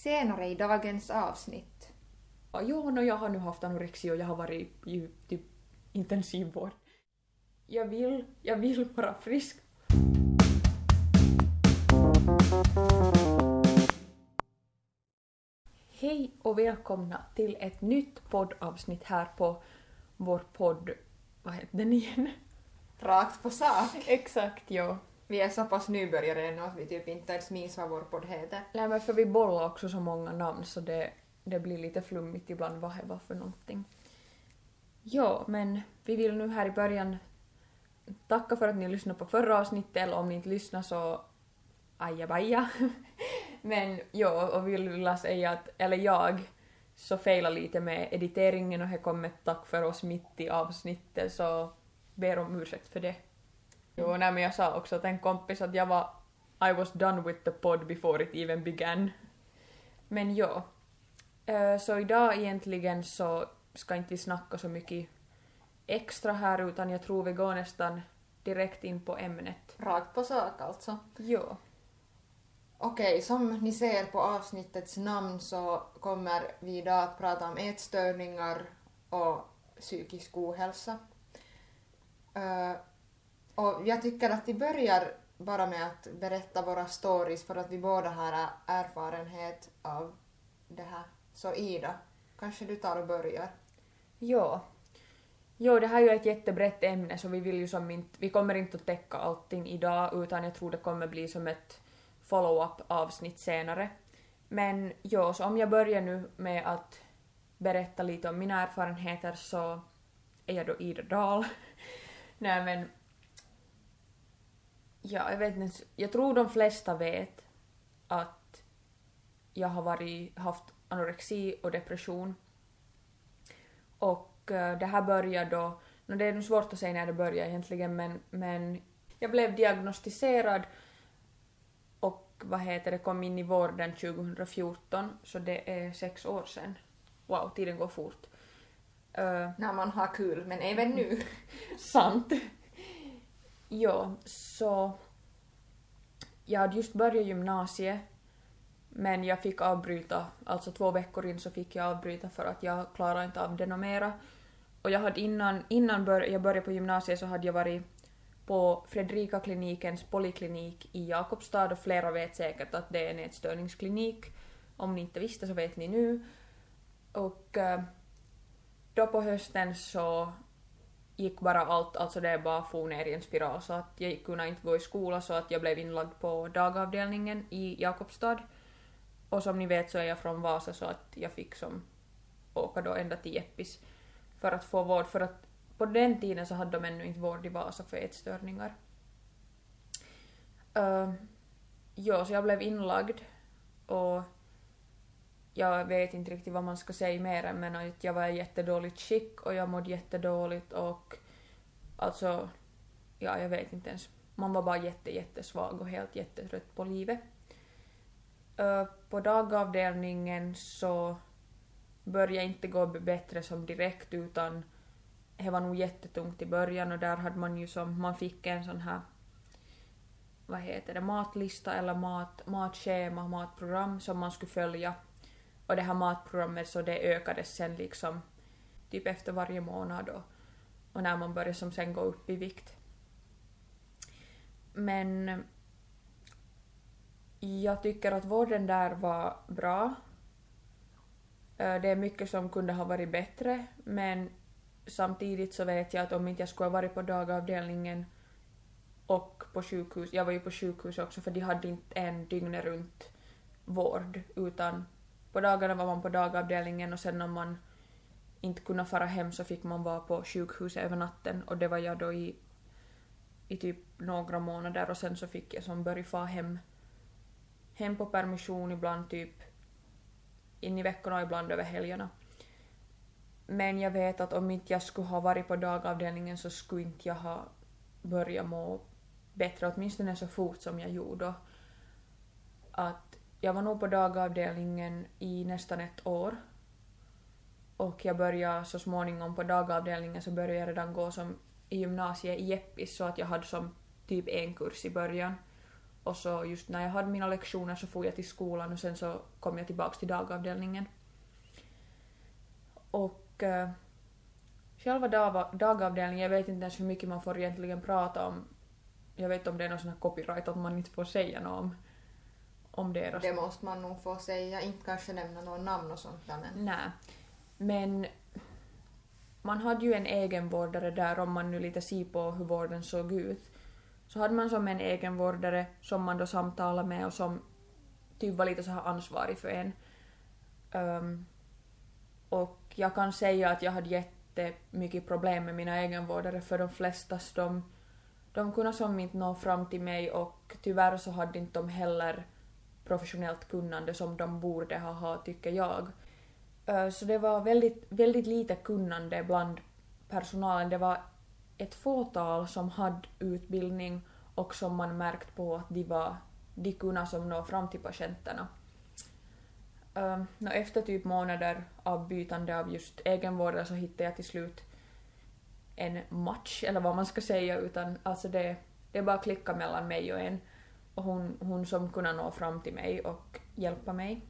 senare i dagens avsnitt. Jo, jag har nu haft anorexi och jag har varit i typ intensivvård. Jag vill vara frisk. Hej och välkomna till ett nytt poddavsnitt här på vår podd. Vad heter den igen? Rakt på sak. Exakt, ja. Vi är så pass nybörjare ännu att vi typ inte ens minns vad vår podd heter. Nej, men för vi bollar också så många namn så det blir lite flummigt ibland vad det var för någonting. Ja, men vi vill nu här i början tacka för att ni lyssnade på förra avsnittet, eller om ni inte lyssnar så ajabaja. Men ja, och vi vill säga att, eller jag, så failar lite med editeringen och det kom ett tack för oss mitt i avsnittet, så ber om ursäkt för det. Jo, nej, men jag sa också till en kompis att I was done with the pod before it even began. Men ja, så idag egentligen så ska inte vi snacka så mycket extra här, utan jag tror vi går nästan direkt in på ämnet. Rakt på sak alltså. Ja. Okej, som ni ser på avsnittets namn så kommer vi idag att prata om ätstörningar och psykisk ohälsa. Och jag tycker att vi börjar bara med att berätta våra stories för att vi båda har erfarenhet av det här. Så Ida, kanske du tar och börjar? Ja. Jo, det här är ju ett jättebrett ämne så vi vill ju vi kommer inte att täcka allting idag, utan jag tror det kommer bli som ett follow-up avsnitt senare. Men ja, så om jag börjar nu med att berätta lite om mina erfarenheter så är jag då Ida Dahl. Nej, men ja, jag vet inte, jag tror de flesta vet att jag har haft anorexi och depression. Och det här började då, det är nog svårt att säga när det började egentligen, men jag blev diagnostiserad och kom in i vården 2014, så det är 6 år sedan. Wow, tiden går fort. När man har kul, men även nu. Sant. Ja, så jag hade just börjat gymnasiet, men jag fick avbryta, alltså 2 veckor in så fick jag avbryta för att jag klarade inte av det något mera. Och jag hade innan jag började på gymnasiet så hade jag varit på Fredrika-klinikens poliklinik i Jakobstad, och flera vet säkert att det är en ätstörningsklinik. Om ni inte visste så vet ni nu. Och då på hösten så gick bara allt, alltså det bara for ner i en spiral, så att jag kunde inte gå i skola, så att jag blev inlagd på dagavdelningen i Jakobstad. Och som ni vet så är jag från Vasa, så att jag fick åka då ända till Jeppis för att få vård, för att på den tiden så hade de ännu inte vård i Vasa för ätstörningar. Ja, så jag blev inlagd och jag vet inte riktigt vad man ska säga mer, men att jag var i jättedåligt skick och jag mådde jättedåligt och alltså, ja, jag vet inte ens. Man var bara jättesvag och helt jättetrött på livet. På dagavdelningen så började jag inte gå bättre som direkt, utan det var nog jättetungt i början, och där hade man ju man fick en sån här matlista eller matschema, matprogram som man skulle följa. Och det här matprogrammet så det ökades sen liksom typ efter varje månad och när man började sen gå upp i vikt. Men jag tycker att vården där var bra. Det är mycket som kunde ha varit bättre, men samtidigt så vet jag att om inte jag skulle ha varit på dagavdelningen och på sjukhus, jag var ju på sjukhus också för de hade inte en dygnet runt vård, utan på dagarna var man på dagavdelningen och sen om man inte kunde fara hem så fick man vara på sjukhuset över natten, och det var jag då i typ några månader, och sen så fick jag börja fara hem på permission ibland typ in i veckorna och ibland över helgerna. Men jag vet att om inte jag skulle ha varit på dagavdelningen så skulle inte jag ha börjat må bättre, åtminstone så fort som jag gjorde. Att jag var nog på dagavdelningen i nästan 1 år. Och jag började så småningom på dagavdelningen, så började jag redan gå som i gymnasiet i Jeppis, så att jag hade som typ en kurs i början. Och så just när jag hade mina lektioner så får jag till skolan och sen så kom jag tillbaka till dagavdelningen. Och själva dagavdelningen, jag vet inte ens hur mycket man får egentligen prata om. Jag vet om det är någon sån här copyright att man inte får säga något om deras... Det måste man nog få säga, inte kanske nämna någon namn och sånt där, men... Nej, men man hade ju en egenvårdare där om man nu lite ser på hur vården såg ut. Så hade man som en egenvårdare som man då samtalade med och som typ var lite så här ansvarig för en. Och jag kan säga att jag hade jättemycket problem med mina egenvårdare för de flestas de kunde som inte nå fram till mig och tyvärr så hade inte de heller professionellt kunnande som de borde ha tycker jag. Så det var väldigt, väldigt lite kunnande bland personalen. Det var ett fåtal som hade utbildning och som man märkt på att de kunde som nå fram till patienterna. Efter typ månader av bytande av just egenvårdare så hittade jag till slut en match, eller vad man ska säga, utan alltså det bara klicka mellan mig och en. Och hon som kunde nå fram till mig och hjälpa mig.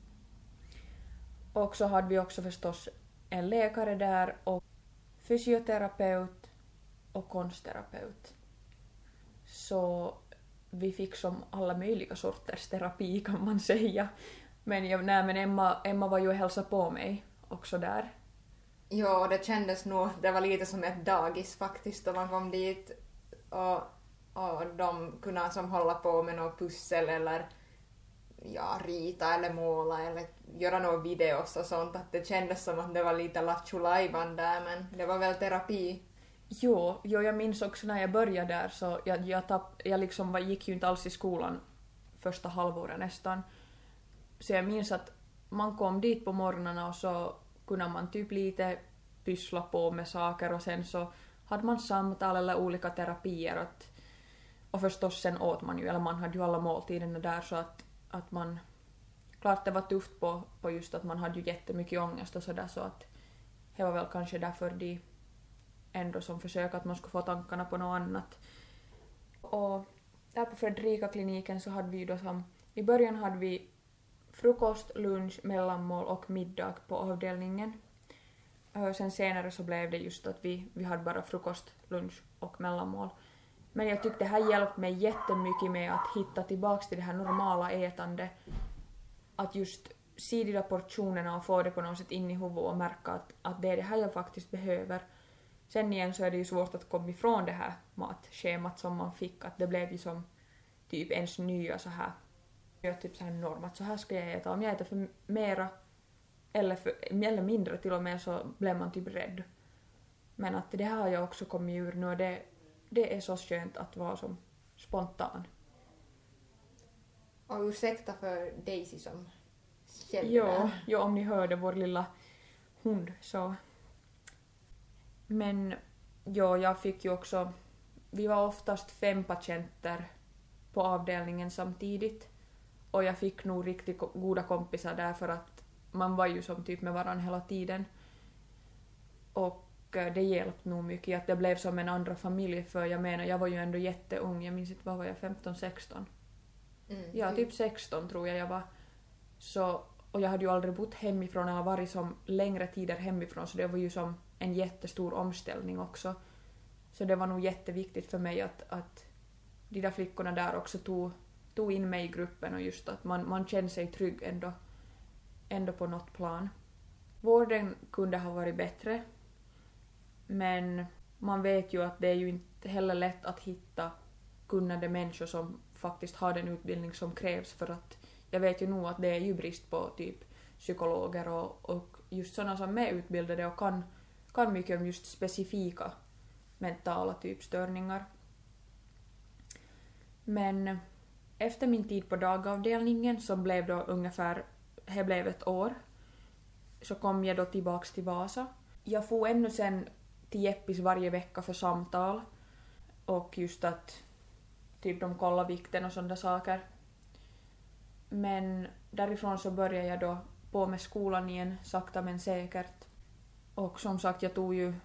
Och så hade vi också förstås en läkare där och fysioterapeut och konstterapeut. Så vi fick som alla möjliga sorters terapi kan man säga. Men Emma var ju och hälsade på mig också där. Ja, det kändes nog, det var lite som ett dagis faktiskt då man kom dit och de kunde som hålla på med något pussel eller rita eller måla eller göra några videos och sånt, att det kändes som att det var lite lattjo-lajban där, men det var väl terapi. Jo, jag minns också när jag började där så jag liksom gick ju inte alls i skolan första halvåret nästan. Så jag minns att man kom dit på morgnarna och så kunde man typ lite pyssla på med saker och sen så hade man samtal eller olika terapier och förstås sen åt man ju, eller man hade ju alla måltiderna där så att man, klart det var tufft på just att man hade ju jättemycket ångest och sådär så att det var väl kanske därför de ändå som försök att man skulle få tankarna på något annat. Och där på Fredrika-kliniken så hade vi då som, i början hade vi frukost, lunch, mellanmål och middag på avdelningen. Sen senare så blev det just att vi hade bara frukost, lunch och mellanmål. Men jag tyckte det här hjälpte mig jättemycket med att hitta tillbaks till det här normala ätande. Att just se de där portionerna och få det på något sätt in i huvudet och märka att det är det här jag faktiskt behöver. Sen igen så är det ju svårt att komma ifrån det här matschemat som man fick. Att det blev ju som typ ens nya så här. Typ så här norm att så här ska jag äta. Om jag äter för mera eller mindre till och med så blev man typ rädd. Men att det här har jag också kommit ur nu och det är så skönt att vara som spontan. Och ursäkta för Daisy som skäller. Ja, om ni hörde vår lilla hund så. Men jag fick ju också, vi var oftast 5 patienter på avdelningen samtidigt. Och jag fick nog riktigt goda kompisar där för att man var ju som typ med varandra hela tiden. Och det hjälpte nog mycket att det blev som en andra familj för jag menar jag var ju ändå jätteung, jag minns inte vad var jag, 15-16? Ja, typ 16 tror jag var. Så, och jag hade ju aldrig bott hemifrån eller varit som längre tider hemifrån så det var ju som en jättestor omställning också. Så det var nog jätteviktigt för mig att de där flickorna där också tog in mig i gruppen och just att man kände sig trygg ändå på något plan. Vården kunde ha varit bättre, men man vet ju att det är ju inte heller lätt att hitta kunnande människor som faktiskt har den utbildning som krävs för att jag vet ju nog att det är ju brist på typ psykologer och just sådana som är utbildade och kan mycket om just specifika mentala typstörningar. Men efter min tid på dagavdelningen som blev då ungefär, det blev ett år, så kom jag då tillbaks till Vasa. Jag får ännu sen till Jeppis varje vecka för samtal och just att typ de kollar vikten och sådana saker. Men därifrån så började jag då på med skolan igen, sakta men säkert. Och som sagt, jag tog ju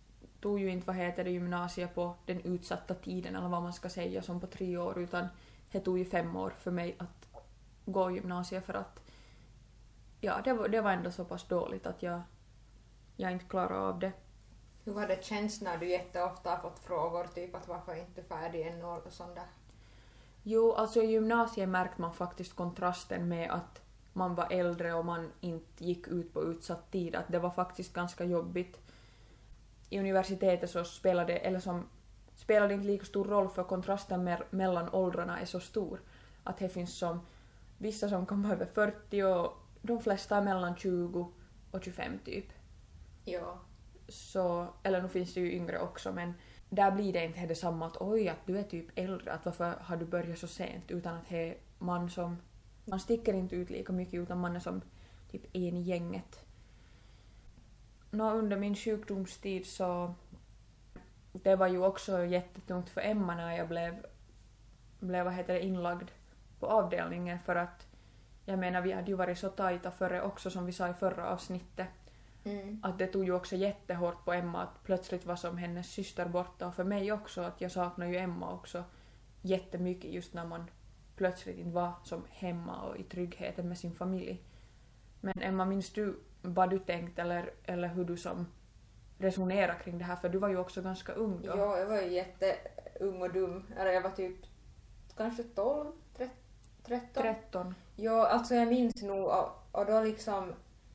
inte gymnasiet på den utsatta tiden eller vad man ska säga som på 3 år utan det tog ju 5 år för mig att gå gymnasiet för att ja, det var ändå så pass dåligt att jag inte klarade av det. Hur har det känts när du jätteofta har fått frågor typ att varför är inte färdig ännu och sånt där? Jo, alltså i gymnasiet märkte man faktiskt kontrasten med att man var äldre och man inte gick ut på utsatt tid, att det var faktiskt ganska jobbigt. I universitetet så spelade det inte lika stor roll för kontrasten mellan åldrarna är så stor. Att det finns vissa som kan vara över 40 och de flesta är mellan 20 och 25 typ. Ja. Så, eller nu finns det ju yngre också, men där blir det inte detsamma att oj, att du är typ äldre, att varför har du börjat så sent, utan att det är man sticker inte ut lika mycket utan man är som typ en i gänget. Under min sjukdomstid så det var ju också jättetungt för Emma när jag blev inlagd på avdelningen, för att jag menar vi hade ju varit så tajta före också som vi sa i förra avsnittet. Att det tog ju också jättehårt på Emma att plötsligt var som hennes syster borta, och för mig också att jag saknar ju Emma också jättemycket just när man plötsligt inte var som hemma och i tryggheten med sin familj. Men Emma, minns du vad du tänkt eller hur du som resonerar kring det här, för du var ju också ganska ung då. Ja, jag var ju jätteung och dum. Eller jag var typ kanske 12, 13. 13. Ja, alltså jag minns nog och då liksom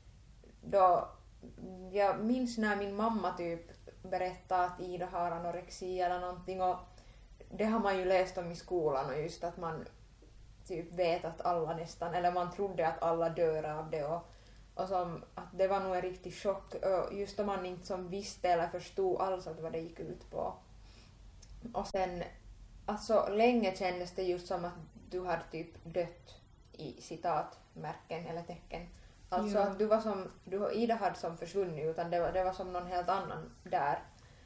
jag minns när min mamma typ berättade att Ida har anorexi eller någonting, och det har man ju läst om i skolan, och just att man typ vet att alla nästan, eller man trodde att alla dör av det, och som att det var nog en riktig chock, och just om man inte som visste eller förstod alls att vad det gick ut på. Och sen alltså länge kändes det just som att du hade typ dött i citatmärken eller tecken. Alltså ja. Att du var som Ida hade som försvunnit, utan det var som någon helt annan där.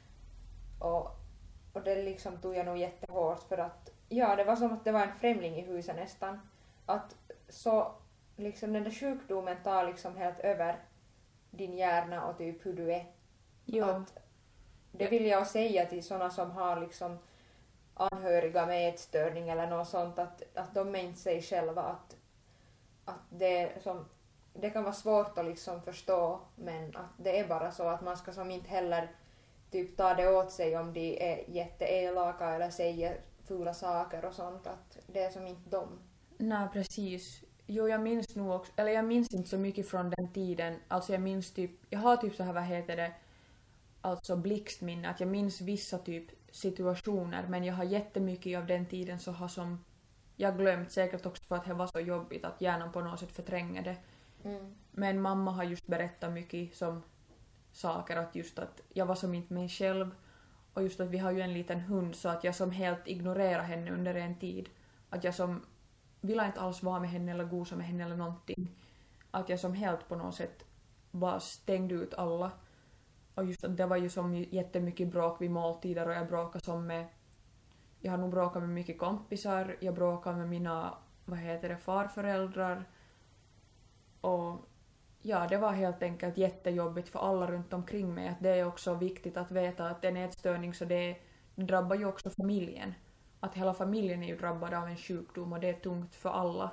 Och det liksom tog jag nog jättehårt, för att ja, det var som att det var en främling i huset nästan. Att så liksom den där sjukdomen tar liksom helt över din hjärna och typ hur du är. Jo. Att det vill jag säga till såna som har liksom anhöriga med ätstörning eller något sånt, att de är inte sig själva, att det kan vara svårt att liksom förstå, men att det är bara så att man ska som inte heller typ ta det åt sig om de är jätteelaka eller säger fula saker och sånt, att det är som inte dem. Nej, precis. Jo, jag minns nog också, eller jag minns inte så mycket från den tiden. Alltså jag minns typ, jag har typ så här, vad heter det, alltså blixtminne, att jag minns vissa typ situationer, men jag har jättemycket av den tiden så har som jag glömt, säkert också för att det var så jobbigt att hjärnan på något sätt förtränger det. Men mamma har just berättat mycket som saker, att just att jag var som inte mig själv, och just att vi har ju en liten hund, så att jag som helt ignorerar henne under en tid, att jag som ville inte alls vara med henne eller gosa med henne eller någonting, att jag som helt på något sätt bara stängde ut alla. Och just att det var ju som jättemycket bråk vid måltider, och jag bråkade jag har nog bråkat med mycket kompisar, jag bråkade med mina farföräldrar, och ja, det var helt enkelt jättejobbigt för alla runt omkring mig. Att det är också viktigt att veta att en ätstörning, så det drabbar ju också familjen. Att hela familjen är ju drabbad av en sjukdom, och det är tungt för alla.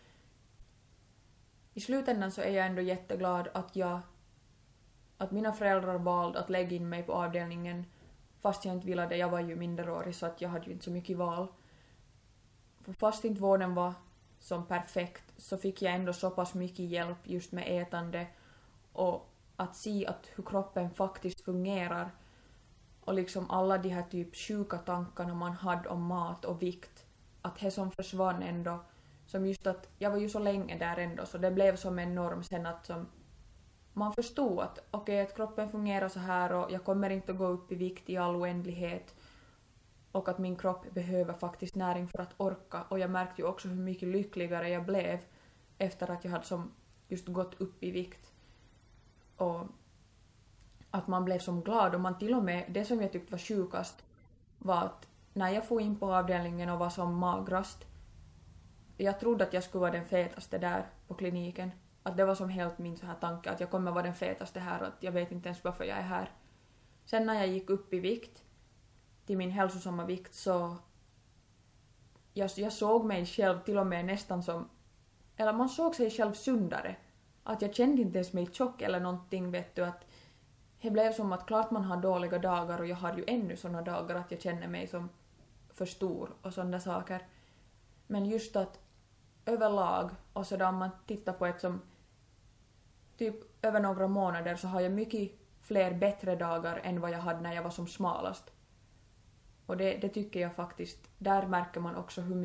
I slutändan så är jag ändå jätteglad att mina föräldrar valde att lägga in mig på avdelningen, fast jag inte ville det. Jag var ju minderårig, så att jag hade ju inte så mycket val. För fast inte vården var som perfekt, så fick jag ändå så pass mycket hjälp just med ätande och att se att hur kroppen faktiskt fungerar, och liksom alla de här typ sjuka tankarna man hade om mat och vikt, att det som försvann ändå, som just att jag var ju så länge där ändå, så det blev som en norm sen, att som man förstod att okej, att kroppen fungerar så här och jag kommer inte att gå upp i vikt i all oändlighet, och att min kropp behöver faktiskt näring för att orka. Och jag märkte ju också hur mycket lyckligare jag blev efter att jag hade som just gått upp i vikt. Och att man blev som glad, och man till och med, det som jag tyckte var sjukast var att när jag får in på avdelningen och var som magrast, jag trodde att jag skulle vara den fetaste där på kliniken. Att det var som helt min så här tanke, att jag kommer vara den fetaste här, och att jag vet inte ens varför jag är här. Sen när jag gick upp i vikt till min hälsosamma vikt, så jag såg mig själv till och med nästan som, eller man såg sig själv sundare. Att jag kände inte ens mig tjock eller någonting, vet du, att det blev som att klart man har dåliga dagar och jag har ju ännu såna dagar att jag känner mig som för stor och sådana saker. Men just att överlag och sådär om man tittar på ett som typ över några månader så har jag mycket fler bättre dagar än vad jag hade när jag var som smalast. Och det tycker jag faktiskt, där märker man också hur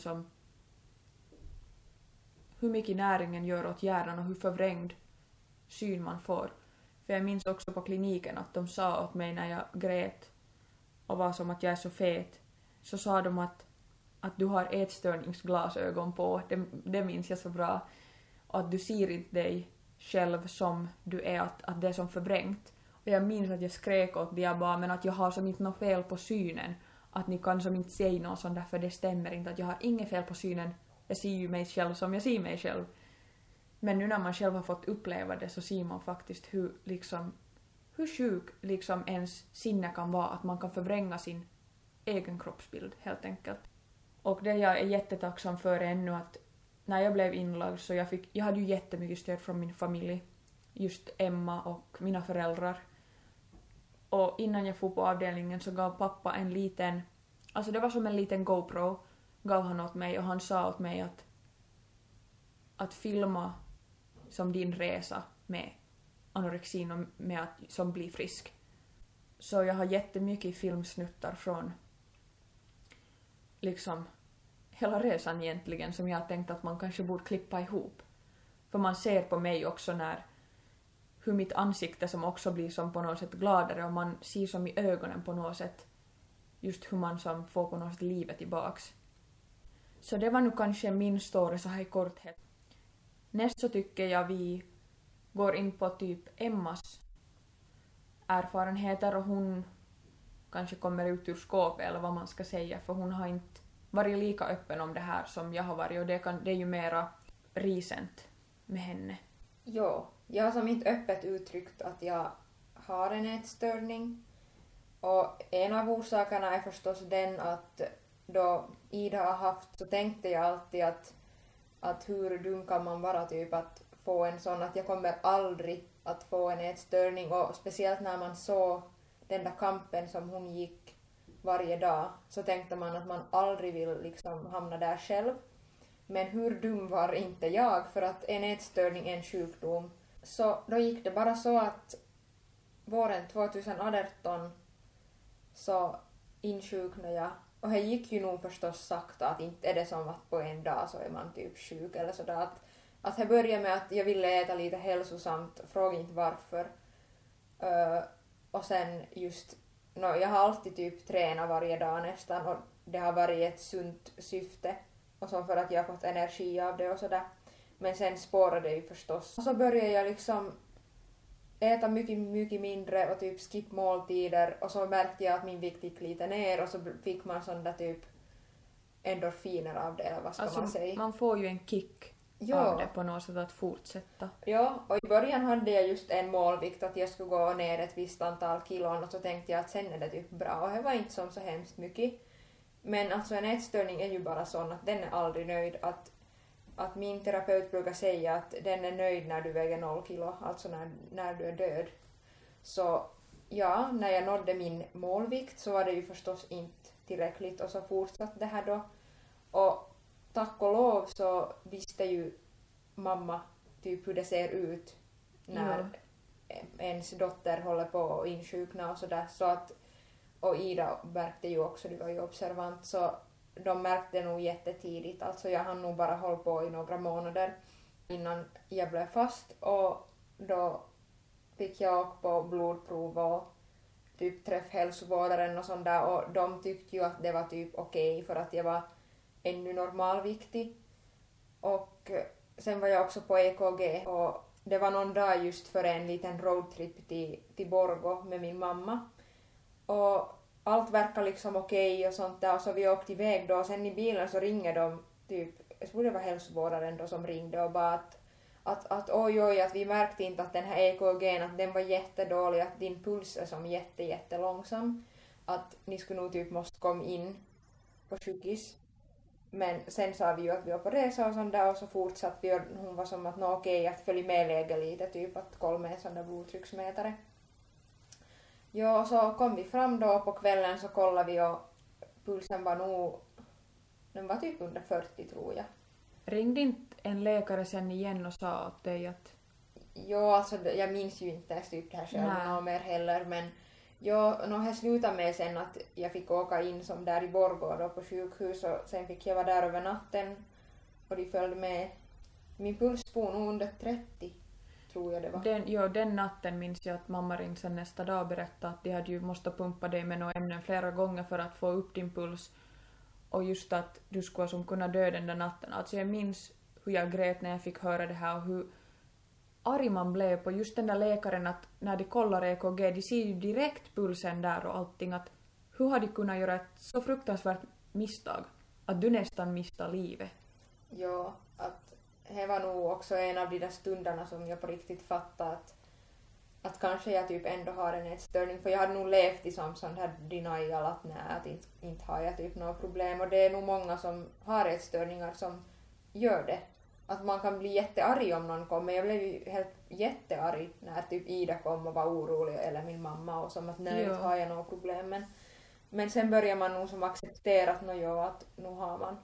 mycket näringen gör åt hjärnan och hur förvrängd syn man får. För jag minns också på kliniken att de sa åt mig när jag grät och var som att jag är så fet, så sa de att du har ätstörningsglasögon på, det minns jag så bra. Och att du ser inte dig själv som du är, att det är som förvrängt. Och jag minns att jag skrek åt det, jag bara, men att jag har som inte något fel på synen. Att ni kan som inte säga något sånt där, för det stämmer inte. Att jag har inget fel på synen, jag ser ju mig själv som jag ser mig själv. Men nu när man själv har fått uppleva det så ser man faktiskt hur sjuk liksom ens sinne kan vara, att man kan förvränga sin egen kroppsbild helt enkelt. Och det jag är jättetacksam för ännu att när jag blev inlagd så jag hade ju jättemycket stöd från min familj, just Emma och mina föräldrar. Och innan jag for på avdelningen så gav pappa en liten, alltså det var som en liten GoPro, gav han åt mig och han sa åt mig att filma som din resa med anorexin och med att som bli frisk. Så jag har jättemycket filmsnuttar från liksom hela resan egentligen som jag har tänkt att man kanske borde klippa ihop. För man ser på mig också hur mitt ansikte som också blir som på något sätt gladare och man ser som i ögonen på något sätt just hur man som får på något sätt livet tillbaks. Så det var nu kanske min story så här i korthet. Näst så tycker jag vi går in på typ Emmas erfarenheter och hon kanske kommer ut ur skåpet eller vad man ska säga, för hon har inte varit lika öppen om det här som jag har varit och det är ju mera recent med henne. Jo, jag har som inte öppet uttryckt att jag har en ätstörning och en av orsakerna är förstås den att då Ida har haft så tänkte jag alltid att hur dum kan man vara typ att få en sån, att jag kommer aldrig att få en ätstörning och speciellt när man såg den där kampen som hon gick varje dag så tänkte man att man aldrig vill liksom hamna där själv. Men hur dum var inte jag, för att en ätstörning är en sjukdom. Så då gick det bara så att våren 2018 så insjuknade jag. Och det gick ju nog förstås sakta, att inte är det som att på en dag så är man typ sjuk eller sådär. Att det började med att jag ville äta lite hälsosamt, fråga inte varför. Och sen just, jag har alltid typ tränat varje dag nästan och det har varit ett sunt syfte. Och så för att jag har fått energi av det och sådär. Men sen spårade det ju förstås. Och så började jag liksom äta mycket, mycket mindre och typ skip måltider. Och så märkte jag att min vikt gick lite ner och så fick man sån där typ endorfiner av det, eller vad ska man säga. Man får ju en kick av det på något sätt att fortsätta. Ja, och i början hade jag just en målvikt att jag skulle gå ner ett visst antal kilon och så tänkte jag att sen är det typ bra och det var inte som så hemskt mycket. Men alltså en ätstörning är ju bara sån att den är aldrig nöjd. Att min terapeut brukar säga att den är nöjd när du väger 0 kilo, alltså när du är död. Så ja, när jag nådde min målvikt så var det ju förstås inte tillräckligt och så fortsatte det här då. Och tack och lov så visste ju mamma typ hur det ser ut när ens dotter håller på att insjukna och sådär. Så att, och Ida märkte ju också, det var ju observant, så de märkte nog jättetidigt. Alltså jag hann nog bara hålla på i några månader innan jag blev fast och då fick jag åka på blodprov och typ träffa hälsovårdaren och sånt där och de tyckte ju att det var typ okej för att jag var ännu normalviktig. Och sen var jag också på EKG och det var någon dag just för en liten roadtrip till Borgå med min mamma. Och allt verkar liksom okej och sånt där och så vi åkte iväg då och sen i bilen så ringde de typ, jag tror det var hälsovårdaren då som ringde och bara att oj att vi märkte inte att den här EKG:n att den var jättedålig, att din puls är som jättelångsam, att ni skulle nog typ måste komma in på sjukhus. Men sen sa vi ju att vi var på resa och sånt där och så fortsatte vi och hon var som att okej, att följ med läget lite, typ att kolla med en sån där blodtrycksmätare. Ja, och så kom vi fram då på kvällen så kollade vi och pulsen var nog, den var typ under 40 tror jag. Ringde inte en läkare sen igen och sa åt dig att... Ja, alltså jag minns ju inte ens typ det här själv något mer heller, men det slutade med sen att jag fick åka in som där i Borgå då på sjukhus och sen fick jag vara där över natten och de följde med. Min puls for nog under 30, tror jag det var. Den natten minns jag att mamma ringde sen nästa dag och berättade att de hade ju måste pumpa dig med några ämnen flera gånger för att få upp din puls och just att du skulle som kunna dö den där natten. Alltså jag minns hur jag grät när jag fick höra det här och hur arg man blev på just den där läkaren att när de kollar EKG, de ser ju direkt pulsen där och allting att hur har de kunnat göra ett så fruktansvärt misstag att du nästan missade livet? Ja, att det var nog också en av de där stunderna som jag på riktigt fattade att kanske jag typ ändå har en ätstörning, för jag hade nog levt i sån här denial att nej, att inte har jag typ några problem, och det är nog många som har ätstörningar som gör det. Att man kan bli jättearg om någon kommer. Jag blev ju helt jättearg när typ Ida kom och var orolig, eller min mamma, och som att nej, inte har jag några problem. Men sen börjar man nog som acceptera att nu har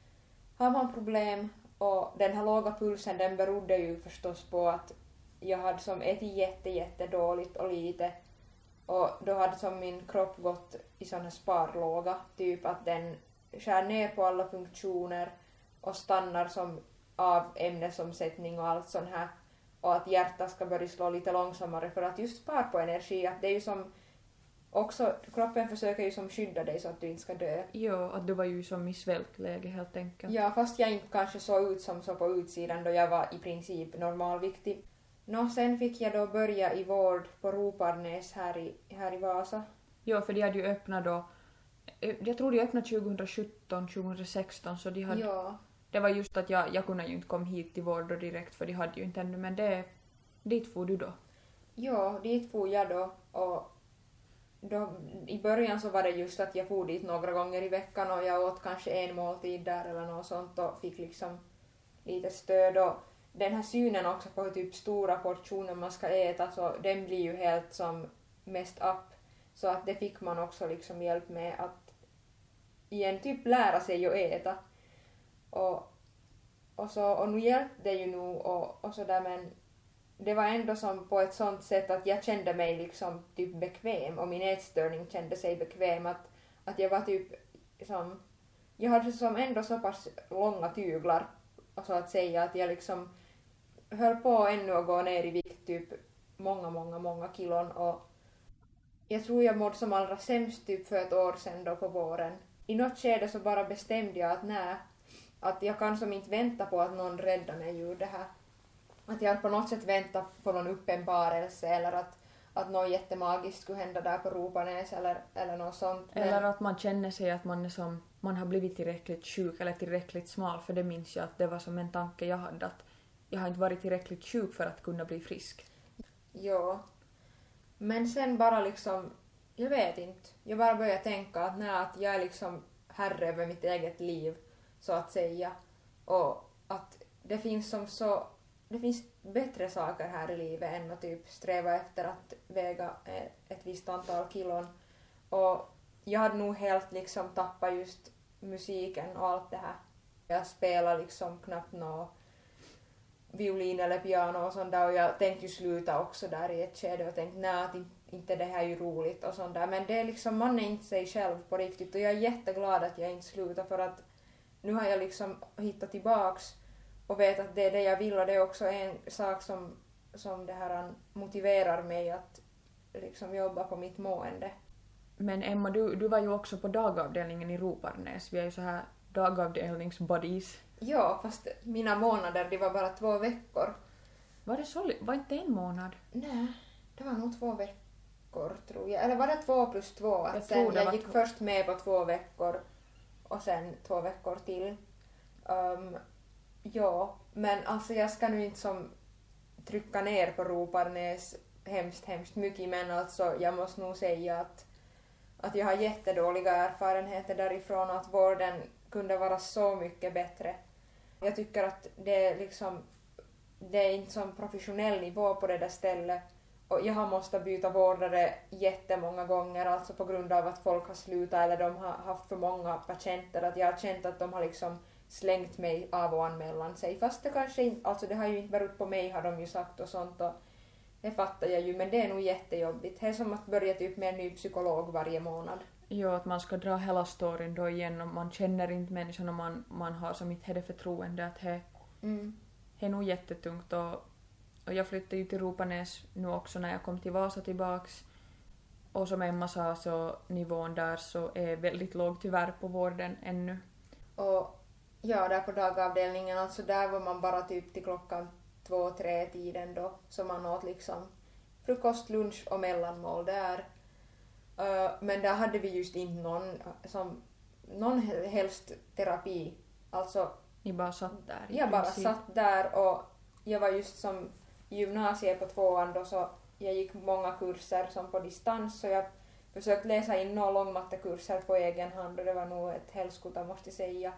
man problem, och den här låga pulsen den berodde ju förstås på att jag hade som ätit jättedåligt och lite, och då hade som min kropp gått i sån här sparlåga, typ att den skär ner på alla funktioner och stannar som av ämnesomsättning och allt sånt här, och att hjärtat ska börja slå lite långsammare för att just spara på energi. Att det är ju som också, kroppen försöker ju som skydda dig så att du inte ska dö. Jo, att du var ju som i svältläge helt enkelt. Ja, fast jag inte kanske såg ut som så på utsidan då jag var i princip normalviktig. Sen fick jag då börja i vård på Roparnäs här i Vasa. Jo, för de hade ju öppnat då, jag tror de öppnade 2017, 2016, så de hade... Ja. Det var just att jag kunde ju inte komma hit till vård då direkt för de hade ju inte ännu, men dit for du då? Ja, dit for jag då, och då, i början så var det just att jag for dit några gånger i veckan och jag åt kanske en måltid där eller något sånt och fick liksom lite stöd, och den här synen också på hur typ stora portioner man ska äta, så den blir ju helt som mest upp, så att det fick man också liksom hjälp med att igen typ lära sig att äta. Och nu hjälpte det ju nog och sådär, men det var ändå som på ett sånt sätt att jag kände mig liksom typ bekväm, och min ätstörning kände sig bekväm, att jag var typ som, jag hade som ändå så pass långa tyglar och så att säga, att jag liksom höll på ännu att gå ner i vikt typ många kilon, och jag tror jag mådde som allra sämst typ för ett år sedan då på våren. I något skede så bara bestämde jag att nej, att jag kan som inte vänta på att någon räddar mig ur det här. Att jag på något sätt väntar på någon uppenbarelse, eller att något jättemagiskt skulle hända där på Roparnäs eller något sånt. Eller att man känner sig att man har blivit tillräckligt sjuk eller tillräckligt smal, för det minns jag att det var som en tanke jag hade, att jag har inte varit tillräckligt sjuk för att kunna bli frisk. Ja. Men sen bara liksom, jag vet inte, jag bara började tänka att nej, att jag är liksom herre över mitt eget liv, så att säga, och att det finns det finns bättre saker här i livet än att typ sträva efter att väga ett visst antal kilon, och jag hade nog helt liksom tappat just musiken och allt det här. Jag spelar liksom knappt nå violin eller piano och sånt där, och jag tänkte ju sluta också där i ett skede och tänkte nej, att inte det här är ju roligt och sånt där, men det är liksom, man är inte sig själv på riktigt, och jag är jätteglad att jag inte slutar, för att nu har jag liksom hittat tillbaks och vet att det är det jag vill, och det är också en sak som det här motiverar mig att liksom jobba på mitt mående. Men Emma, du var ju också på dagavdelningen i Roparnäs. Vi är ju så här dagavdelningsbuddies. Ja, fast mina månader, det var bara 2 veckor. Var det så? Var inte en månad? Nej, det var nog 2 veckor tror jag. Eller var det 2 plus 2? Att jag gick först med på 2 veckor och sen 2 veckor till. Ja, men alltså jag ska nu inte som trycka ner på Roparnäs hemskt mycket, men alltså jag måste nog säga att jag har jättedåliga erfarenheter därifrån, att vården kunde vara så mycket bättre. Jag tycker att det är liksom, det är inte som professionell nivå på det där stället. Och jag har måste byta vårdare jättemånga gånger, alltså på grund av att folk har slutat eller de har haft för många patienter. Att jag har känt att de har liksom slängt mig av och anmälan sig. Fast det kanske inte, alltså det har ju inte berott på mig har de ju sagt och sånt. Och det fattar jag ju, men det är nog jättejobbigt. Det är som att börja typ med en ny psykolog varje månad. Jo, att man ska dra hela storyn då igen och man känner inte människan och man har som inte det förtroende att det är nog jättetungt. Och jag flyttade ju till Ropanäs nu också när jag kom till Vasa tillbaks. Och som Emma sa så nivån där så är väldigt låg tyvärr på vården ännu. Och ja, där på dagavdelningen, alltså där var man bara typ till klockan 2-3 tiden då. Så man åt liksom frukost, lunch och mellanmål där. Men där hade vi just inte någon helst terapi. Alltså, Ni bara satt där i jag bara princip. satt där och jag var just som i gymnasiet på 2:an då, så jag gick många kurser som på distans, så jag försökte läsa in några långmattekurser på egen hand och det var nog ett helskotta måste jag säga.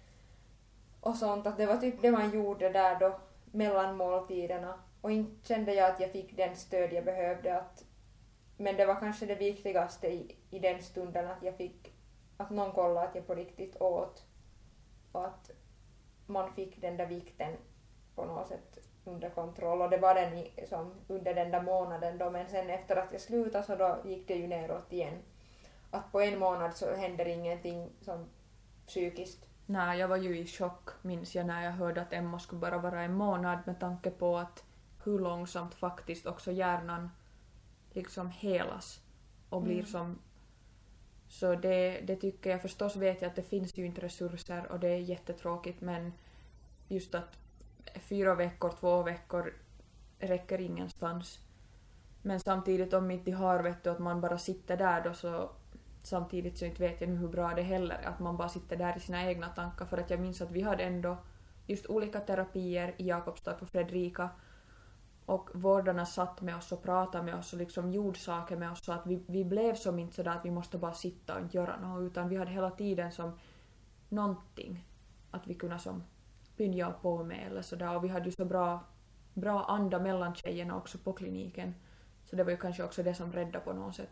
Och sånt, att det var typ det man gjorde där då mellan måltiderna. Och inte kände jag att jag fick den stöd jag behövde. Men det var kanske det viktigaste i den stunden, att jag fick att någon kollade att jag på riktigt åt. Och att man fick den där vikten på något sätt under kontroll. Och det var den som under den där månaden då. Men sen efter att jag slutade så då gick det ju neråt igen. Att på en månad så händer ingenting som psykiskt. Nej, jag var ju i chock minns jag när jag hörde att Emma skulle bara vara en månad med tanke på att hur långsamt faktiskt också hjärnan liksom helas och blir som. Så det tycker jag, förstås vet jag att det finns ju inte resurser och det är jättetråkigt, men just att 4 veckor, 2 veckor räcker ingenstans. Men samtidigt om inte har vet du att man bara sitter där då, så samtidigt så inte vet jag nu hur bra det heller att man bara sitter där i sina egna tankar, för att jag minns att vi hade ändå just olika terapier i Jakobstad på Fredrika och vårdarna satt med oss och pratade med oss och liksom gjorde saker med oss, så att vi blev som inte sådär att vi måste bara sitta och inte göra något, utan vi hade hela tiden som någonting att vi kunde som bynja på med eller sådär, och vi hade ju så bra anda mellan tjejerna också på kliniken, så det var ju kanske också det som räddade på något sätt,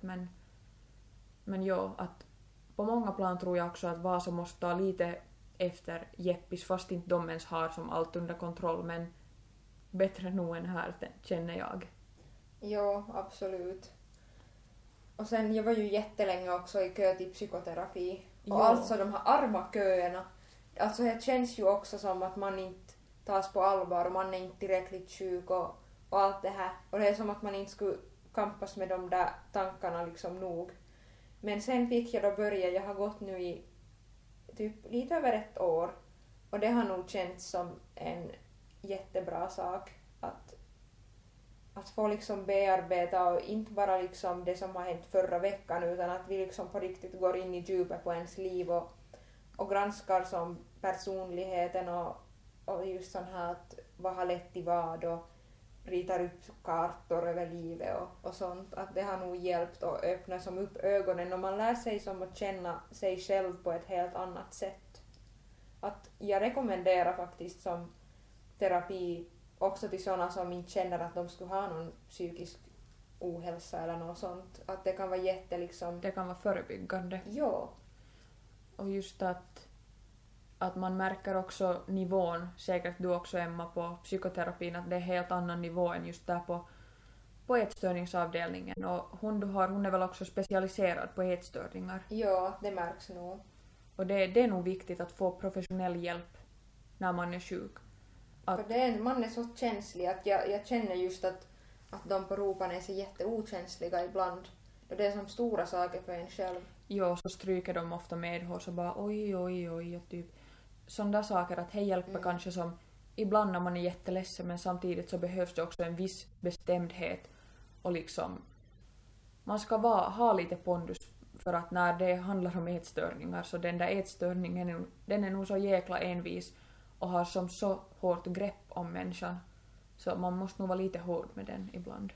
men ja, att på många plan tror jag också att Vasa måste ta lite efter Jeppis, fast inte de ens har som allt under kontroll, men bättre nog än här känner jag. Ja, absolut. Och sen jag var ju jättelänge också i kö till psykoterapi. Jo. Och alltså de här arma köerna. Alltså det känns ju också som att man inte tas på allvar och man är inte tillräckligt sjuk och allt det här. Och det är som att man inte skulle kampas med de där tankarna liksom nog. Men sen fick jag då börja, jag har gått nu i typ lite över 1 år. Och det har nog känts som en jättebra sak att få liksom bearbeta och inte bara liksom det som har hänt förra veckan, utan att vi liksom på riktigt går in i djupet på ens liv och granskar som personligheten och just sån här att vad har lett till vad och ritar upp kartor över livet och sånt. Att det har nog hjälpt att öppna som upp ögonen och man lär sig som att känna sig själv på ett helt annat sätt. Att jag rekommenderar faktiskt som terapi också till sådana som inte känner att de skulle ha någon psykisk ohälsa eller något sånt. Att det kan vara liksom. Det kan vara förebyggande. Ja. Och just att man märker också nivån, säkert du också Emma, på psykoterapin, att det är helt annan nivå än just där på ätstörningsavdelningen. Och hon är väl också specialiserad på ätstörningar. Ja, det märks nog. Och det är nog viktigt att få professionell hjälp när man är sjuk. För man är så känslig att jag känner just att de på Ropanäs är jätteokänsliga ibland. Och det är som stora saker för en själv. Jo, så stryker de ofta medhårs och bara oj och typ sådana där saker, att det hjälper kanske som ibland när man är jätteledsen, men samtidigt så behövs det också en viss bestämdhet och liksom man ska ha lite pondus, för att när det handlar om ätstörningar så den där ätstörningen den är nog så jäkla envis och har som så hårt grepp om människan, så man måste nog vara lite hård med den ibland.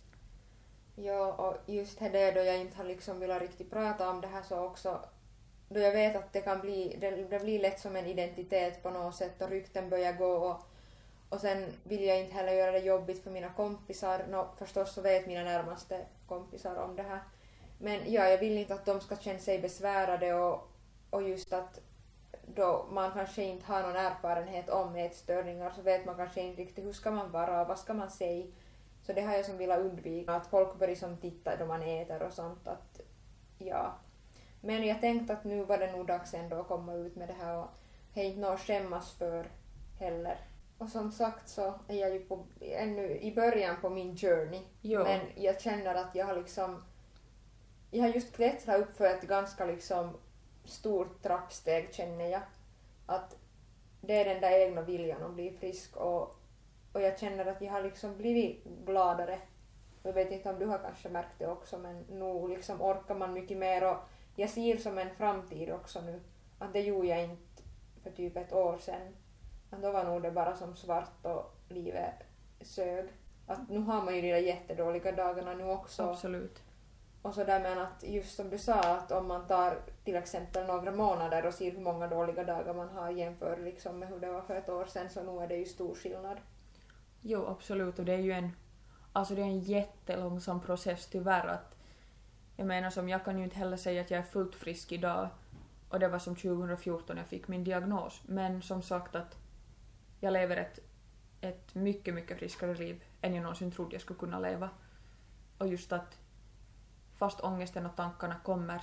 Ja, och just det då jag inte har liksom velat riktigt prata om det här, så också då jag vet att det kan bli, det blir lätt som en identitet på något sätt och rykten börjar gå och sen vill jag inte heller göra det jobbigt för mina kompisar. Förstås så vet mina närmaste kompisar om det här. Men ja, jag vill inte att de ska känna sig besvärade och just att då man kanske inte har någon erfarenhet om ätstörningar så vet man kanske inte riktigt hur ska man vara och vad ska man säga. Så det har jag som vill undvika, att folk börjar som titta då man äter och sånt. Att, ja. Men jag tänkte att nu var det nog dags ändå att komma ut med det här och det är inte något att skämmas för heller. Och som sagt så är jag ju ännu i början på min journey. Jo. Men jag känner att jag har just klättrat upp för ett ganska liksom stort trappsteg känner jag. Att det är den där egna viljan att bli frisk och jag känner att jag har liksom blivit gladare. Jag vet inte om du har kanske märkt det också men nu liksom orkar man mycket mer och jag ser som en framtid också nu. Att det gjorde jag inte för typ ett år sedan. Att då var nog det bara som svart och livet sög. Att nu har man ju de där jättedåliga dagarna nu också. Absolut. Och så där men att just som du sa att om man tar till exempel några månader och ser hur många dåliga dagar man har jämfört liksom med hur det var för ett år sedan så nu är det ju stor skillnad. Jo, absolut. Och det är ju en jättelångsam process tyvärr. Att, jag menar som jag kan ju inte heller säga att jag är fullt frisk idag. Och det var som 2014 jag fick min diagnos. Men som sagt att jag lever ett mycket, mycket friskare liv än jag någonsin trodde jag skulle kunna leva. Och just att fast ångesten och tankarna kommer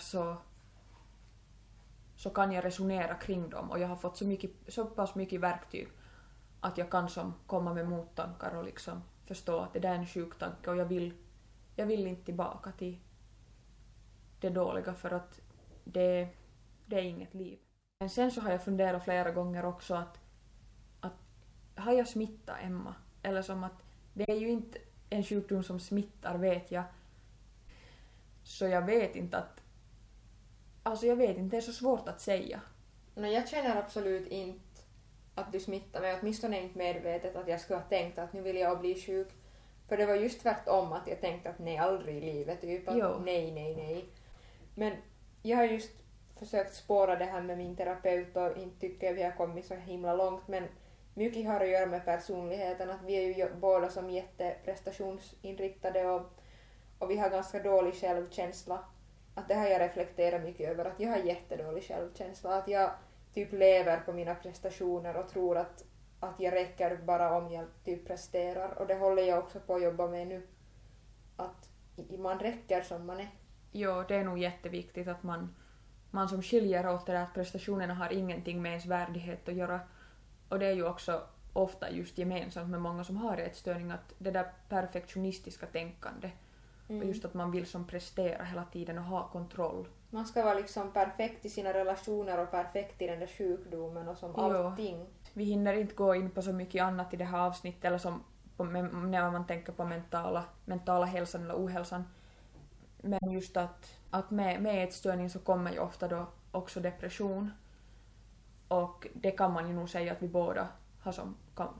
så kan jag resonera kring dem. Och jag har fått så pass mycket verktyg att jag kan som komma med mottankar och liksom förstå att det där är en sjuktanke och jag vill inte tillbaka till det dåliga för att det är inget liv. Men sen så har jag funderat flera gånger också att har jag smittat Emma? Eller som att det är ju inte en sjukdom som smittar vet jag. Så jag vet inte det är så svårt att säga. Jag känner absolut inte att du smittar mig, åtminstone inte medvetet att jag skulle ha tänkt att nu vill jag bli sjuk. För det var just tvärtom att jag tänkte att nej, aldrig i livet. Typ att nej. Men jag har just försökt spåra det här med min terapeut och inte tycker jag vi har kommit så himla långt. Men mycket har att göra med personligheten. Att vi är ju båda som jätteprestationsinriktade och vi har ganska dålig självkänsla. Att det har jag reflekterat mycket över. Att jag har jättedålig självkänsla. Att jag typ lever på mina prestationer och tror att jag räcker bara om jag typ presterar. Och det håller jag också på att jobba med nu. Att man räcker som man är. Jo, det är nog jätteviktigt att man som skiljer åt det där att prestationerna har ingenting med ens värdighet att göra. Och det är ju också ofta just gemensamt med många som har ätstörning att det där perfektionistiska tänkande. Och just att man vill som prestera hela tiden och ha kontroll. Man ska vara liksom perfekt i sina relationer och perfekt i den där sjukdomen och som allting. Vi hinner inte gå in på så mycket annat i det här avsnittet eller som när man tänker på mentala hälsan eller ohälsan. Men just att med ätstörning så kommer ju ofta då också depression. Och det kan man ju nog säga att vi båda har som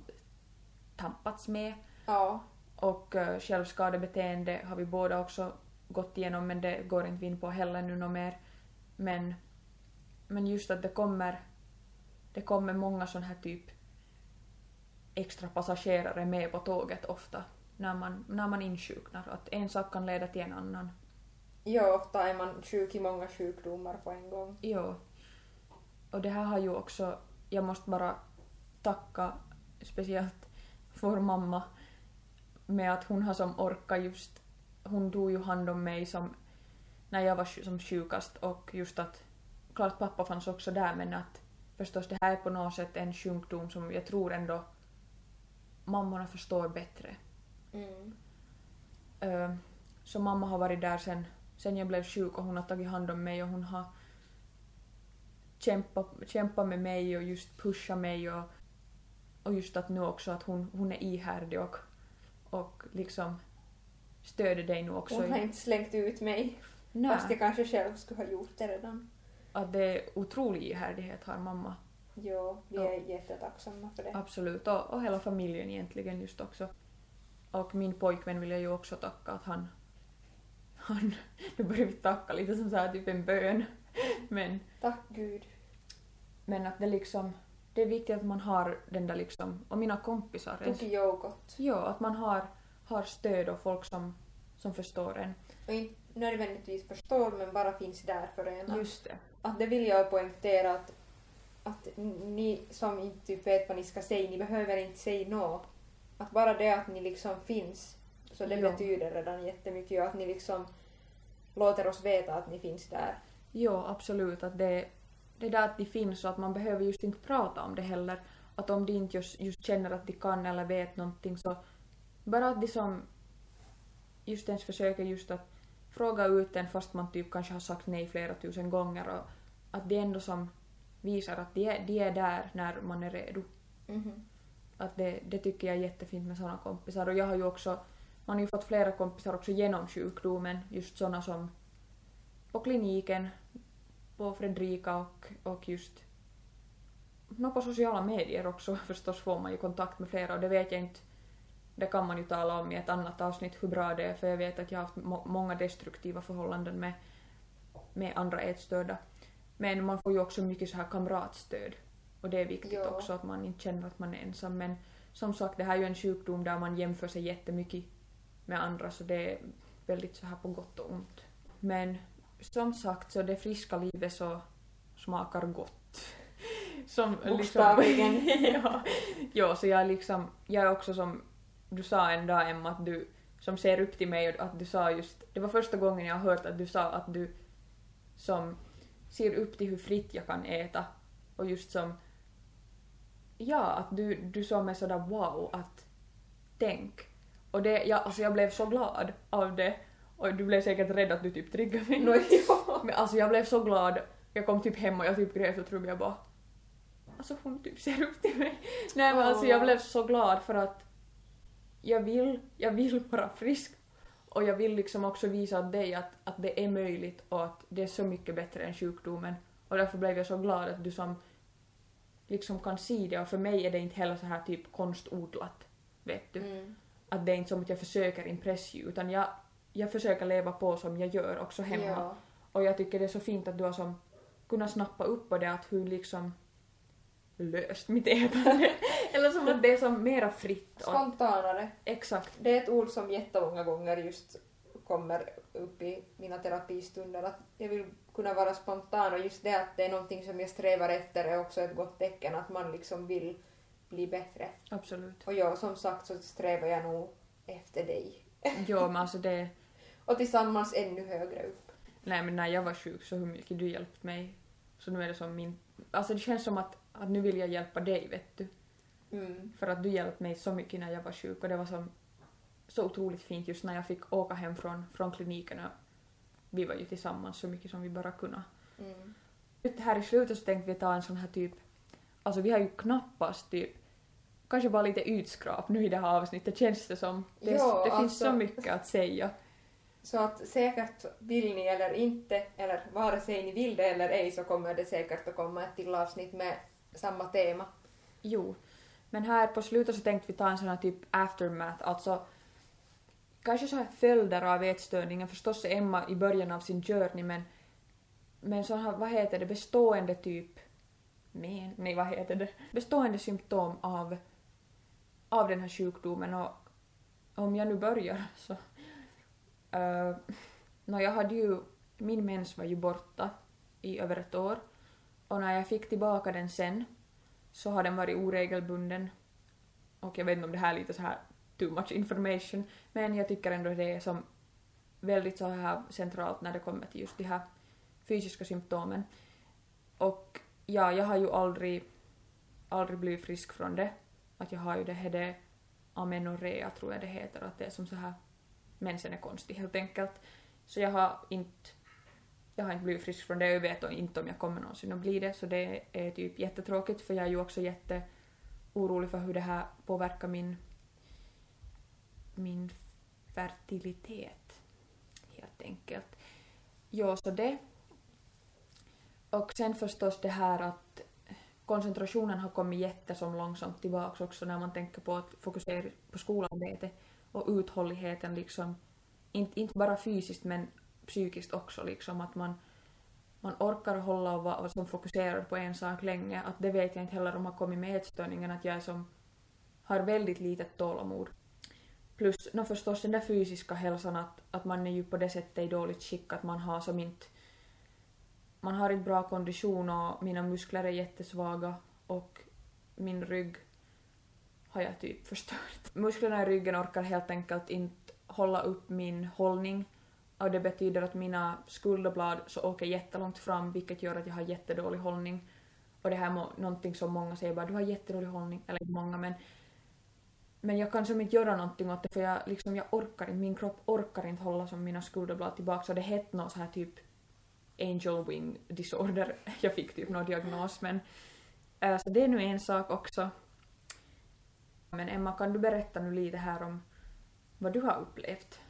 tampats med. Ja. Och självskadebeteende har vi båda också gått igenom men det går inte vi in på heller nu något mer. Men just att det kommer många sån här typ extra passagerare med på tåget ofta när man insjuknar. Att en sak kan leda till en annan. Ja, ofta är man sjuk i många sjukdomar på en gång. Jo. Och det här har ju också, jag måste bara tacka speciellt vår mamma med att hon har som orkat just, hon tog ju hand om mig som när jag var som sjukast och just att klart pappa fanns också där men att förstås det här är på något sätt en sjukdom som jag tror ändå mammorna förstår bättre. Så mamma har varit där sen jag blev sjuk och hon har tagit hand om mig och hon har kämpat med mig och just pushat mig och just att nu också att hon är ihärdig och liksom stöder dig nu också. Hon har inte slängt ut mig. Nej. Fast jag kanske själv skulle ha gjort det redan. Att det är otrolig ihärdighet har mamma. Jo, vi är jättetacksamma för det. Absolut, och hela familjen egentligen just också. Och min pojkvän vill jag ju också tacka att han nu börjar vi tacka lite som så här typ en bön. men, Tack Gud. men att det liksom, det är viktigt att man har den där liksom, och mina kompisar. Tukijoukot. Ja, att man har stöd och folk som förstår en. Och inte nödvändigtvis förstår men bara finns där för en. Just det. Att det vill jag poängtera att ni som inte typ vet vad ni ska säga, ni behöver inte säga något. Att bara det att ni liksom finns, så det betyder redan jättemycket och att ni liksom låter oss veta att ni finns där. Ja, absolut. Att det där att de finns och att man behöver just inte prata om det heller. Att om de inte just känner att de kan eller vet någonting så bara att de som just ens försöker just att fråga ut en fast man typ kanske har sagt nej flera tusen gånger och att det ändå som visar att de är där när man är redo. Mhm. Att det tycker jag är jättefint med sådana kompisar och jag har ju också, man har ju fått flera kompisar också genom sjukdomen, just sådana som på kliniken, på Fredrika och just på sociala medier också förstås får man ju kontakt med flera och det vet jag inte, det kan man ju tala om i ett annat avsnitt hur bra det är för jag vet att jag har haft många destruktiva förhållanden med andra ätstörda. Men man får ju också mycket så här kamratstöd och det är viktigt också att man inte känner att man är ensam men som sagt det här är ju en sjukdom där man jämför sig jättemycket med andra så det är väldigt så här på gott och ont. Men som sagt så det friska livet så smakar gott. Som Bokstavligen. Liksom, ja, så jag är också som du sa en dag Emma att du som ser upp till mig och att du sa just, det var första gången jag har hört att du sa att du som ser upp till hur fritt jag kan äta och just som att du sa mig sådär wow att tänk och det, jag blev så glad av det och du blev säkert rädd att du typ triggade mig. Men alltså jag blev så glad, jag kom typ hem och jag typ grät och trodde jag bara alltså hon typ ser upp till mig. Nej men alltså jag blev så glad för att jag vill vara frisk och jag vill liksom också visa dig att det är möjligt och att det är så mycket bättre än sjukdomen och därför blev jag så glad att du som liksom kan se det och för mig är det inte heller så här typ konstodlat, vet du. Att det är inte som att jag försöker impressa utan jag försöker leva på som jag gör också hemma. Ja. Och jag tycker det är så fint att du har som kunnat snappa upp på det att hur liksom löst mitt ätande. Eller som att det är som mera fritt. Spontanare. Exakt. Det är ett ord som jättemånga gånger just kommer upp i mina terapistunder. Att jag vill kunna vara spontan och just det att det är någonting som jag strävar efter är också ett gott tecken. Att man liksom vill bli bättre. Absolut. Och jag som sagt så strävar jag nog efter dig. Jo men alltså det... Och tillsammans ännu högre upp. Nej men när jag var sjuk så hur mycket du hjälpt mig. Så nu är det som min... Alltså det känns som att nu vill jag hjälpa dig vet du. För att du hjälpte mig så mycket när jag var sjuk och det var så otroligt fint just när jag fick åka hem från kliniken och vi var ju tillsammans så mycket som vi bara kunde. Här i slutet så tänkte vi ta en sån här typ, alltså vi har ju knappast typ, kanske bara lite utskrap nu i det här avsnittet känns det som. Det finns så mycket att säga. Så att säkert vill ni eller inte, eller vare sig ni vill det eller ej så kommer det säkert att komma ett till avsnitt med samma tema. Jo, men här på slutet så tänkte vi ta en sån här typ aftermath, alltså kanske så här följder av ätstörningen. Förstås är Emma i början av sin journey men så här, vad heter det, bestående typ bestående symptom av den här sjukdomen och om jag nu börjar så jag hade ju, min mens var ju borta i över ett år och när jag fick tillbaka den sen så har den varit oregelbunden och jag vet inte om det här är lite så här too much information men jag tycker ändå det är som väldigt så här centralt när det kommer till just de här fysiska symptomen och ja, jag har ju aldrig blivit frisk från det att jag har ju det amenorrea tror jag det heter att det är som så här mensen är konstig helt enkelt så jag har inte blivit frisk från det och jag vet inte om jag kommer någonsin att bli det så det är typ jättetråkigt för jag är ju också jätteorolig för hur det här påverkar min fertilitet helt enkelt. Ja, så det. Och sen förstås det här att koncentrationen har kommit jättesom långsamt tillbaka också när man tänker på att fokusera på skolarbete och uthålligheten liksom inte bara fysiskt men psykiskt också liksom att man man orkar hålla och vara som fokuserad på en sak länge. Att det vet jag inte heller om har kommit med ätstörningen, att jag är som har väldigt litet tålamod. Plus förstås den där fysiska hälsan, att man är ju på det sättet i dåligt skick, att man har som inte man har inte bra kondition och mina muskler är jättesvaga och min rygg har jag typ förstört. Musklerna i ryggen orkar helt enkelt inte hålla upp min hållning och det betyder att mina skulderblad så åker jättelångt fram, vilket gör att jag har jättedålig hållning. Och det här är någonting som många säger bara, du har jättedålig hållning, eller inte många, men jag kan som inte göra någonting åt det, för jag orkar inte, min kropp orkar inte hålla som mina skulderblad tillbaka, så det hette något så här typ angel wing disorder, jag fick typ någon diagnos, men så det är nu en sak också. Men Emma, kan du berätta nu lite här om vad du har upplevt?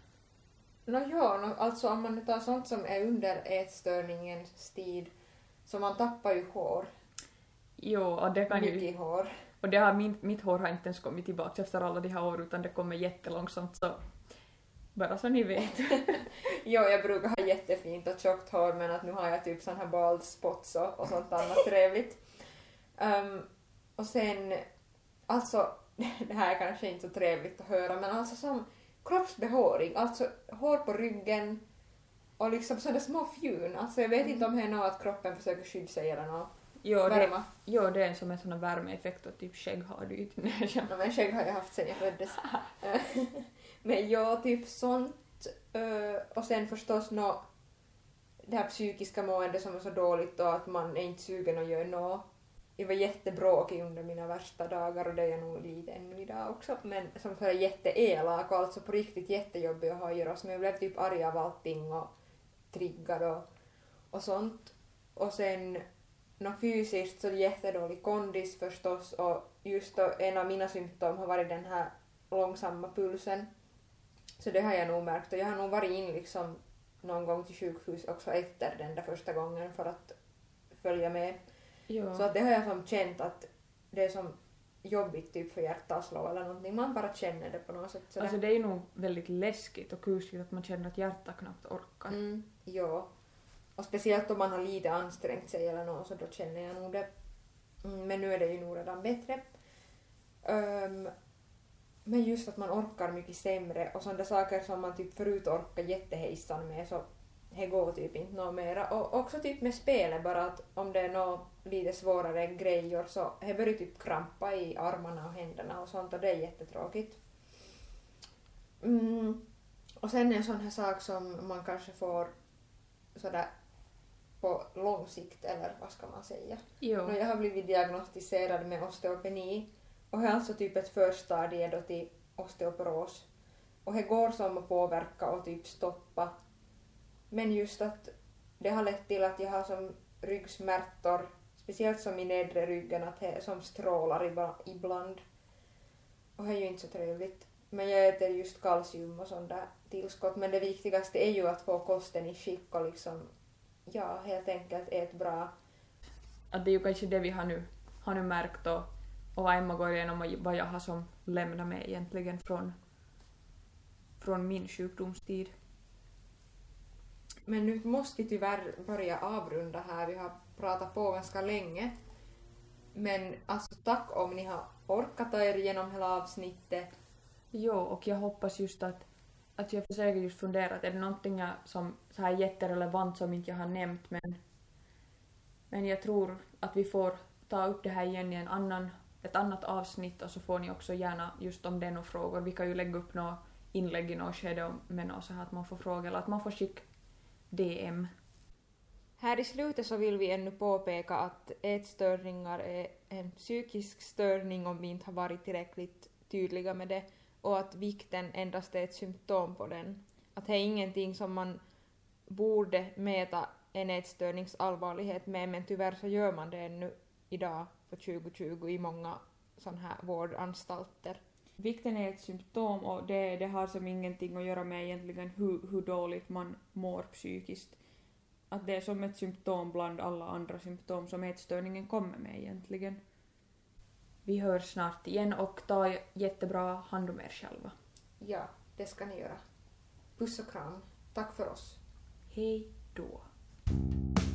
Alltså om man tar sånt som är under ätstörningens tid, så man tappar ju hår. Jo, och det kan mycket hår. Och det har mitt hår har inte ens kommit tillbaka efter alla de här år, utan det kommer jättelångsamt, så bara så ni vet. Jo, jag brukar ha jättefint och tjockt hår, men att nu har jag typ sån här bald spots och sånt annat trevligt. Och sen, alltså, det här är kanske inte så trevligt att höra, men alltså som kroppsbehåring, alltså hår på ryggen och liksom sådana små fjun. Alltså jag vet inte om det är något att kroppen försöker skydda sig eller något. Jo, det är som en sån här värmeeffekt och typ skägg har du inte. No, men skägg har jag haft sen jag föddes. Men ja, typ sånt. Och sen förstås det här psykiska måendet som är så dåligt och att man är inte sugen att göra något. Jag var jättebråkig under mina värsta dagar och det är jag nog lite ännu idag också. Men som så här jätteelak och alltså på riktigt jättejobbig att ha att göra. Så jag blev typ arg av allting och triggad och sånt. Och sen fysiskt så jättedålig kondis förstås, och just då en av mina symptom har varit den här långsamma pulsen. Så det har jag nog märkt, och jag har nog varit in liksom någon gång till sjukhus också efter den där första gången för att följa med. Jo. Så att det har jag som känt att det är som jobbigt typ för hjärtat att slå eller någonting. Man bara känner det på något sätt. Sådär. Alltså det är ju nog väldigt läskigt och kusligt att man känner att hjärtat knappt orkar. Ja. Och speciellt om man har lite ansträngt sig eller något, så då känner jag nog det. Men nu är det ju nog redan bättre. Men just att man orkar mycket sämre och sådana saker som man typ förut orkar jättehejsan med, så det går typ inte något mera. Och också typ med spelet, bara att om det är något lite svårare grejer så det börjar typ krampa i armarna och händerna och sånt, och det är jättetråkigt. Och sen en sån här sak som man kanske får sådär på lång sikt, eller vad ska man säga. Jo. Jag har blivit diagnostiserad med osteopeni och det är alltså typ ett förstadie då till osteoporos. Och det går som att påverka och typ stoppa. Men just att det har lett till att jag har som ryggsmärtor, speciellt som i nedre ryggen, att det som strålar ibland. Och det är ju inte så trevligt. Men jag äter just kalcium och sånt där tillskott. Men det viktigaste är ju att få kosten i skick och liksom, ja, helt enkelt ät bra. Att det är ju kanske det vi har nu märkt, och vad Emma går igenom och vad jag har som lämnat mig egentligen från min sjukdomstid. Men nu måste vi tyvärr börja avrunda här. Vi har pratat på ganska länge. Men alltså tack om ni har orkat ta er igenom hela avsnittet. Jo, och jag hoppas just att jag försöker just fundera att är det någonting som så här jätterelevant som inte jag har nämnt, men jag tror att vi får ta upp det här igen i ett annat avsnitt, och så får ni också gärna just om det är några frågor. Vi kan ju lägga upp några inlägg i något skede med något så här att man får fråga eller att man får skicka DM. Här i slutet så vill vi ännu påpeka att ätstörningar är en psykisk störning om vi inte har varit tillräckligt tydliga med det, och att vikten endast är ett symptom på den. Att det är ingenting som man borde mäta en ätstörnings allvarlighet med, men tyvärr så gör man det ännu idag på 2020 i många sådana här vårdanstalter. Vikten är ett symptom, och det har som ingenting att göra med egentligen hur dåligt man mår psykiskt. Att det är som ett symptom bland alla andra symptom som ätstörningen kommer med egentligen. Vi hörs snart igen, och ta jättebra hand om er själva. Ja, det ska ni göra. Puss och kram. Tack för oss. Hej då.